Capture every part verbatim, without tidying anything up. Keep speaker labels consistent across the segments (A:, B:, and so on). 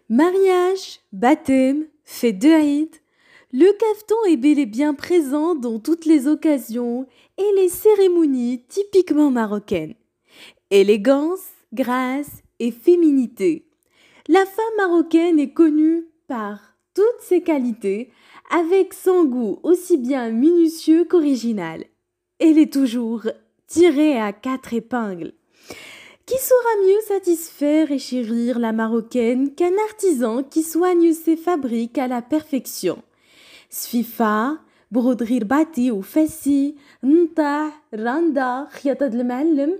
A: Mariage, baptême, fête de Eid, le caftan est bel et bien présent dans toutes les occasions et les cérémonies typiquement marocaines. Élégance, grâce et féminité. La femme marocaine est connue par toutes ses qualités, avec son goût aussi bien minutieux qu'original. Elle est toujours tirée à quatre épingles. Qui saura mieux satisfaire et chérir la marocaine qu'un artisan qui soigne ses fabriques à la perfection? Sfifa, broderie bati ou fassi, nta, randa, khiyata de المعلم.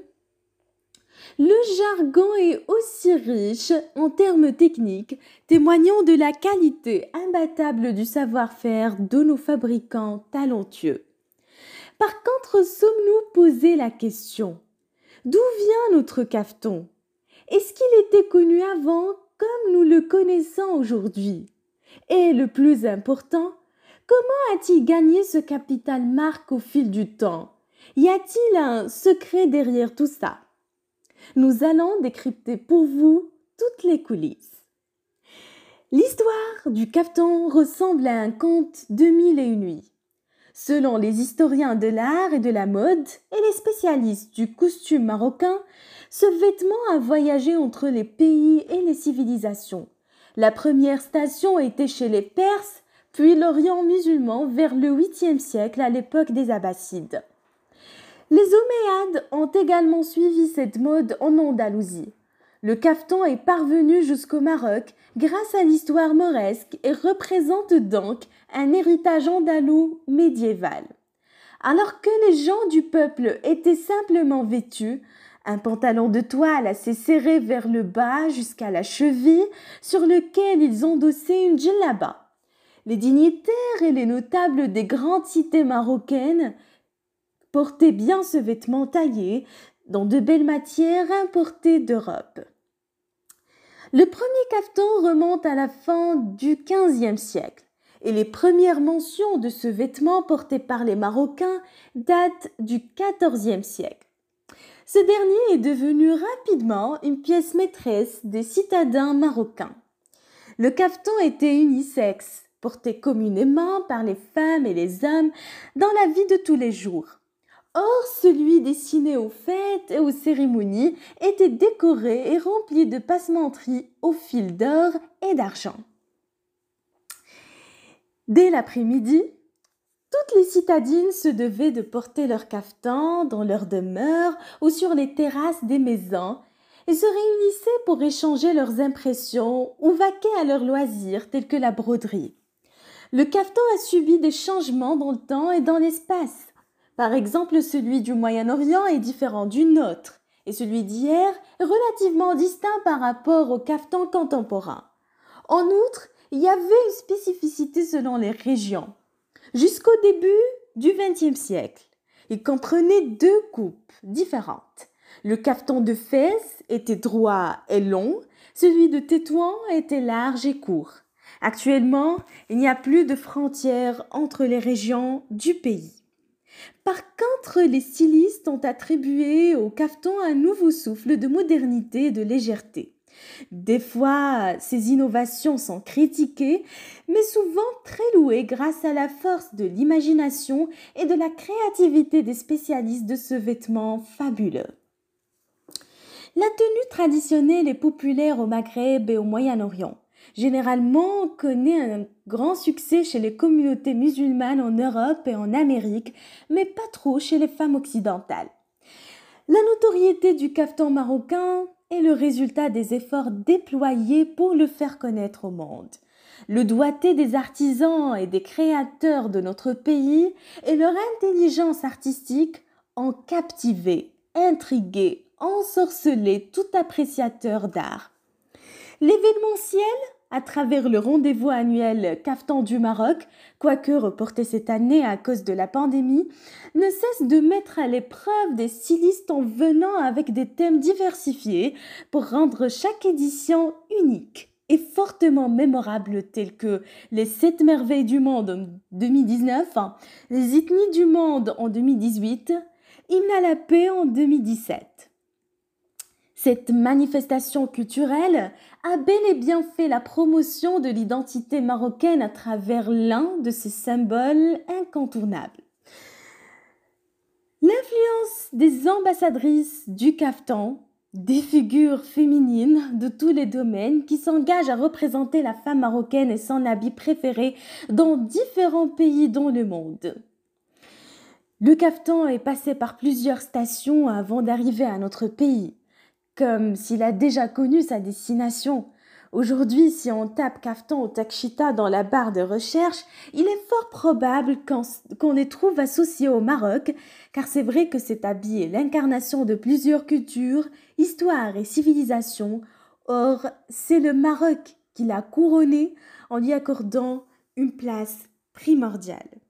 A: Le jargon est aussi riche en termes techniques, témoignant de la qualité imbattable du savoir-faire de nos fabricants talentueux. Par contre, sommes-nous posé la question: d'où vient notre caftan? Est-ce qu'il était connu avant comme nous le connaissons aujourd'hui? Et le plus important, comment a-t-il gagné ce capital marque au fil du temps? Y a-t-il un secret derrière tout ça? Nous allons décrypter pour vous toutes les coulisses. L'histoire du caftan ressemble à un conte de mille et une nuits. Selon les historiens de l'art et de la mode et les spécialistes du costume marocain, ce vêtement a voyagé entre les pays et les civilisations. La première station était chez les Perses, puis l'Orient musulman vers le huitième siècle à l'époque des Abbassides. Les Omeyyades ont également suivi cette mode en Andalousie. Le caftan est parvenu jusqu'au Maroc grâce à l'histoire mauresque et représente donc un héritage andalou médiéval. Alors que les gens du peuple étaient simplement vêtus, un pantalon de toile assez serré vers le bas jusqu'à la cheville sur lequel ils endossaient une djellaba. Les dignitaires et les notables des grandes cités marocaines portaient bien ce vêtement taillé dans de belles matières importées d'Europe. Le premier caftan remonte à la fin du quinzième siècle et les premières mentions de ce vêtement porté par les Marocains datent du quatorzième siècle. Ce dernier est devenu rapidement une pièce maîtresse des citadins marocains. Le caftan était unisexe, porté communément par les femmes et les hommes dans la vie de tous les jours. Or, celui destiné aux fêtes et aux cérémonies était décoré et rempli de passementeries au fil d'or et d'argent. Dès l'après-midi, toutes les citadines se devaient de porter leur caftan dans leur demeure ou sur les terrasses des maisons et se réunissaient pour échanger leurs impressions ou vaquer à leurs loisirs tels que la broderie. Le caftan a subi des changements dans le temps et dans l'espace. Par exemple, celui du Moyen-Orient est différent du nôtre et celui d'hier est relativement distinct par rapport au caftan contemporain. En outre, il y avait une spécificité selon les régions. Jusqu'au début du vingtième siècle, il comprenait deux coupes différentes. Le caftan de Fès était droit et long, celui de Tétouan était large et court. Actuellement, il n'y a plus de frontières entre les régions du pays. Par contre, les stylistes ont attribué au caftan un nouveau souffle de modernité et de légèreté. Des fois, ces innovations sont critiquées, mais souvent très louées grâce à la force de l'imagination et de la créativité des spécialistes de ce vêtement fabuleux. La tenue traditionnelle est populaire au Maghreb et au Moyen-Orient. Généralement, on connaît un grand succès chez les communautés musulmanes en Europe et en Amérique, mais pas trop chez les femmes occidentales. La notoriété du caftan marocain est le résultat des efforts déployés pour le faire connaître au monde. Le doigté des artisans et des créateurs de notre pays et leur intelligence artistique ont captivé, intrigué, ensorcelé tout appréciateur d'art. L'événementiel, à travers le rendez-vous annuel Caftan du Maroc, quoique reporté cette année à cause de la pandémie, ne cesse de mettre à l'épreuve des stylistes en venant avec des thèmes diversifiés pour rendre chaque édition unique et fortement mémorable, tels que les sept merveilles du monde en deux mille dix-neuf, les ethnies du monde en deux mille dix-huit, Hymne à la paix en deux mille dix-sept. Cette manifestation culturelle a bel et bien fait la promotion de l'identité marocaine à travers l'un de ses symboles incontournables. L'influence des ambassadrices du caftan, des figures féminines de tous les domaines qui s'engagent à représenter la femme marocaine et son habit préféré dans différents pays dans le monde. Le caftan est passé par plusieurs stations avant d'arriver à notre pays, comme s'il a déjà connu sa destination. Aujourd'hui, si on tape caftan ou takchita dans la barre de recherche, il est fort probable qu'on, qu'on les trouve associés au Maroc, car c'est vrai que cet habit est l'incarnation de plusieurs cultures, histoires et civilisations. Or, c'est le Maroc qui l'a couronné en lui accordant une place primordiale.